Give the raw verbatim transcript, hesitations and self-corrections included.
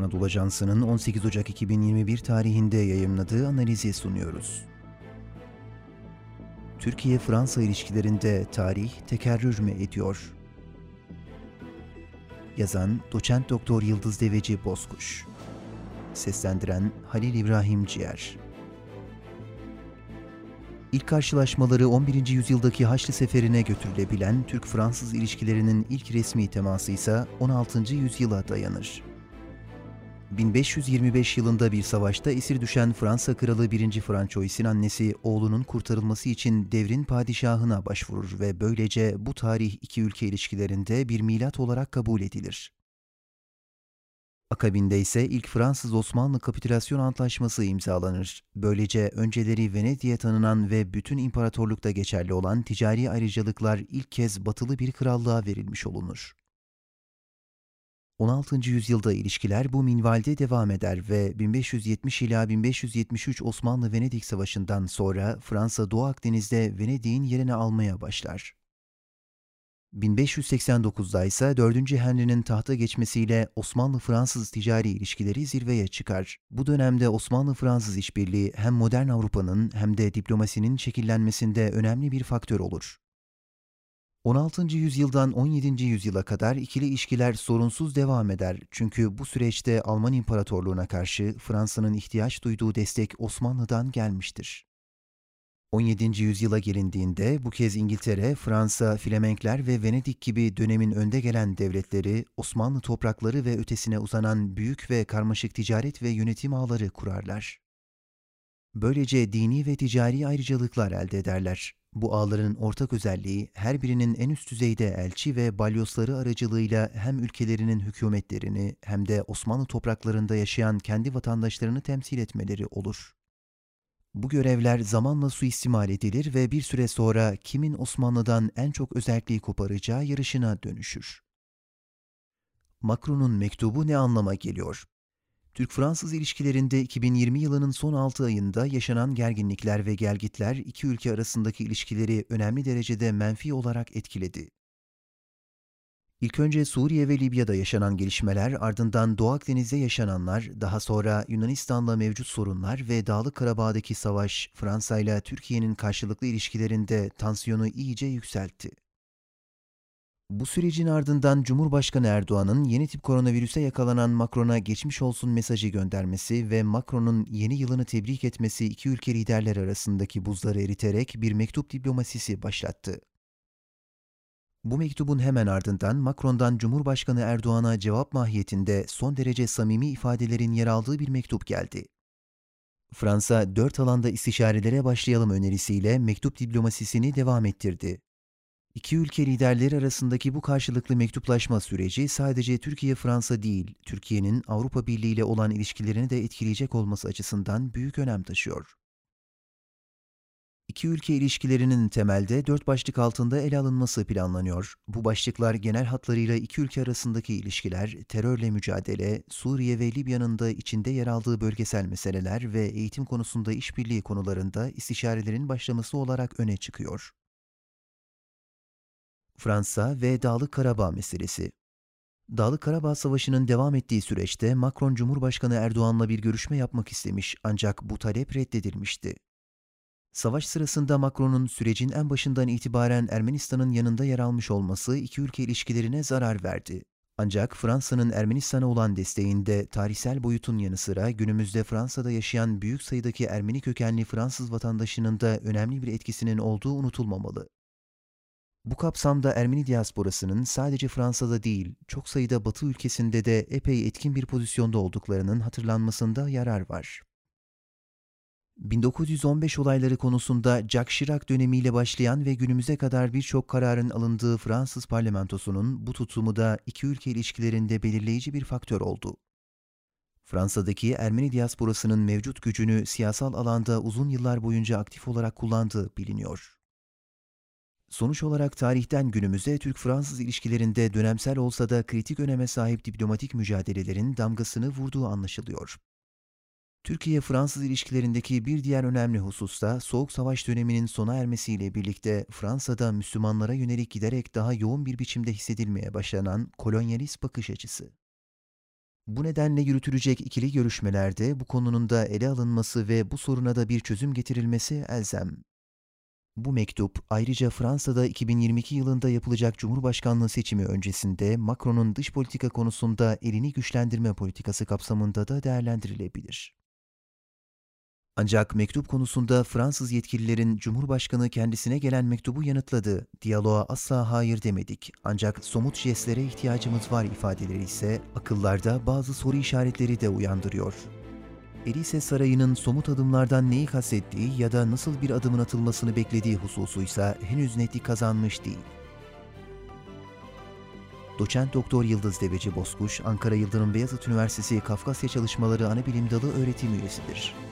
Anadolu Ajansı'nın on sekiz Ocak iki bin yirmi bir tarihinde yayımladığı analizi sunuyoruz. Türkiye-Fransa ilişkilerinde tarih tekerrür mü ediyor? Yazan Doçent Doktor Yıldız Deveci Bozkuş. Seslendiren Halil İbrahim Ciğer. İlk karşılaşmaları on birinci yüzyıldaki Haçlı Seferi'ne götürülebilen Türk-Fransız ilişkilerinin ilk resmi teması ise on altıncı yüzyıla dayanır. bin beş yüz yirmi beş yılında bir savaşta esir düşen Fransa Kralı birinci. Francois'in annesi oğlunun kurtarılması için devrin padişahına başvurur ve böylece bu tarih iki ülke ilişkilerinde bir milat olarak kabul edilir. Akabinde ise ilk Fransız-Osmanlı Kapitülasyon Antlaşması imzalanır. Böylece önceleri Venedik'e tanınan ve bütün imparatorlukta geçerli olan ticari ayrıcalıklar ilk kez batılı bir krallığa verilmiş olunur. on altıncı yüzyılda ilişkiler bu minvalde devam eder ve bin beş yüz yetmiş ila bin beş yüz yetmiş üç Osmanlı-Venedik Savaşı'ndan sonra Fransa Doğu Akdeniz'de Venedik'in yerini almaya başlar. bin beş yüz seksen dokuzda ise dördüncü. Henry'nin tahta geçmesiyle Osmanlı-Fransız ticari ilişkileri zirveye çıkar. Bu dönemde Osmanlı-Fransız işbirliği hem modern Avrupa'nın hem de diplomasinin şekillenmesinde önemli bir faktör olur. on altıncı yüzyıldan on yedinci yüzyıla kadar ikili ilişkiler sorunsuz devam eder. Çünkü bu süreçte Alman İmparatorluğu'na karşı Fransa'nın ihtiyaç duyduğu destek Osmanlı'dan gelmiştir. on yedinci yüzyıla gelindiğinde bu kez İngiltere, Fransa, Flemenkler ve Venedik gibi dönemin önde gelen devletleri Osmanlı toprakları ve ötesine uzanan büyük ve karmaşık ticaret ve yönetim ağları kurarlar. Böylece dini ve ticari ayrıcalıklar elde ederler. Bu ağların ortak özelliği her birinin en üst düzeyde elçi ve balyosları aracılığıyla hem ülkelerinin hükümetlerini hem de Osmanlı topraklarında yaşayan kendi vatandaşlarını temsil etmeleri olur. Bu görevler zamanla suistimal edilir ve bir süre sonra kimin Osmanlı'dan en çok özelliği koparacağı yarışına dönüşür. Macron'un mektubu ne anlama geliyor? Türk-Fransız ilişkilerinde iki bin yirmi yılının son altı ayında yaşanan gerginlikler ve gelgitler iki ülke arasındaki ilişkileri önemli derecede menfi olarak etkiledi. İlk önce Suriye ve Libya'da yaşanan gelişmeler, ardından Doğu Akdeniz'de yaşananlar, daha sonra Yunanistan'la mevcut sorunlar ve Dağlık Karabağ'daki savaş, Fransa ile Türkiye'nin karşılıklı ilişkilerinde tansiyonu iyice yükseltti. Bu sürecin ardından Cumhurbaşkanı Erdoğan'ın yeni tip koronavirüse yakalanan Macron'a geçmiş olsun mesajı göndermesi ve Macron'un yeni yılını tebrik etmesi iki ülke liderler arasındaki buzları eriterek bir mektup diplomasisi başlattı. Bu mektubun hemen ardından Macron'dan Cumhurbaşkanı Erdoğan'a cevap mahiyetinde son derece samimi ifadelerin yer aldığı bir mektup geldi. Fransa, dört alanda istişarelere başlayalım önerisiyle mektup diplomasisini devam ettirdi. İki ülke liderleri arasındaki bu karşılıklı mektuplaşma süreci sadece Türkiye-Fransa değil, Türkiye'nin Avrupa Birliği ile olan ilişkilerini de etkileyecek olması açısından büyük önem taşıyor. İki ülke ilişkilerinin temelde dört başlık altında ele alınması planlanıyor. Bu başlıklar genel hatlarıyla iki ülke arasındaki ilişkiler, terörle mücadele, Suriye ve Libya'nın da içinde yer aldığı bölgesel meseleler ve eğitim konusunda işbirliği konularında istişarelerin başlaması olarak öne çıkıyor. Fransa ve Dağlık Karabağ meselesi. Dağlık Karabağ Savaşı'nın devam ettiği süreçte Macron, Cumhurbaşkanı Erdoğan'la bir görüşme yapmak istemiş ancak bu talep reddedilmişti. Savaş sırasında Macron'un sürecin en başından itibaren Ermenistan'ın yanında yer almış olması iki ülke ilişkilerine zarar verdi. Ancak Fransa'nın Ermenistan'a olan desteğinde tarihsel boyutun yanı sıra günümüzde Fransa'da yaşayan büyük sayıdaki Ermeni kökenli Fransız vatandaşının da önemli bir etkisinin olduğu unutulmamalı. Bu kapsamda Ermeni diasporasının sadece Fransa'da değil, çok sayıda Batı ülkesinde de epey etkin bir pozisyonda olduklarının hatırlanmasında yarar var. bin dokuz yüz on beş olayları konusunda Jacques Chirac dönemiyle başlayan ve günümüze kadar birçok kararın alındığı Fransız parlamentosunun bu tutumu da iki ülke ilişkilerinde belirleyici bir faktör oldu. Fransa'daki Ermeni diasporasının mevcut gücünü siyasal alanda uzun yıllar boyunca aktif olarak kullandığı biliniyor. Sonuç olarak tarihten günümüze Türk-Fransız ilişkilerinde dönemsel olsa da kritik öneme sahip diplomatik mücadelelerin damgasını vurduğu anlaşılıyor. Türkiye-Fransız ilişkilerindeki bir diğer önemli husus da Soğuk Savaş döneminin sona ermesiyle birlikte Fransa'da Müslümanlara yönelik giderek daha yoğun bir biçimde hissedilmeye başlanan kolonyalist bakış açısı. Bu nedenle yürütülecek ikili görüşmelerde bu konunun da ele alınması ve bu soruna da bir çözüm getirilmesi elzem. Bu mektup ayrıca Fransa'da iki bin yirmi iki yılında yapılacak Cumhurbaşkanlığı seçimi öncesinde Macron'un dış politika konusunda elini güçlendirme politikası kapsamında da değerlendirilebilir. Ancak mektup konusunda Fransız yetkililerin Cumhurbaşkanı kendisine gelen mektubu yanıtladı. Diyaloğa asla hayır demedik. Ancak somut jestlere ihtiyacımız var ifadeleri ise akıllarda bazı soru işaretleri de uyandırıyor. Elise Sarayı'nın somut adımlardan neyi kastettiği ya da nasıl bir adımın atılmasını beklediği hususuysa henüz netlik kazanmış değil. Doçent Doktor Yıldız Deveci Bozkuş, Ankara Yıldırım Beyazıt Üniversitesi Kafkasya Çalışmaları Anabilim Dalı öğretim üyesidir.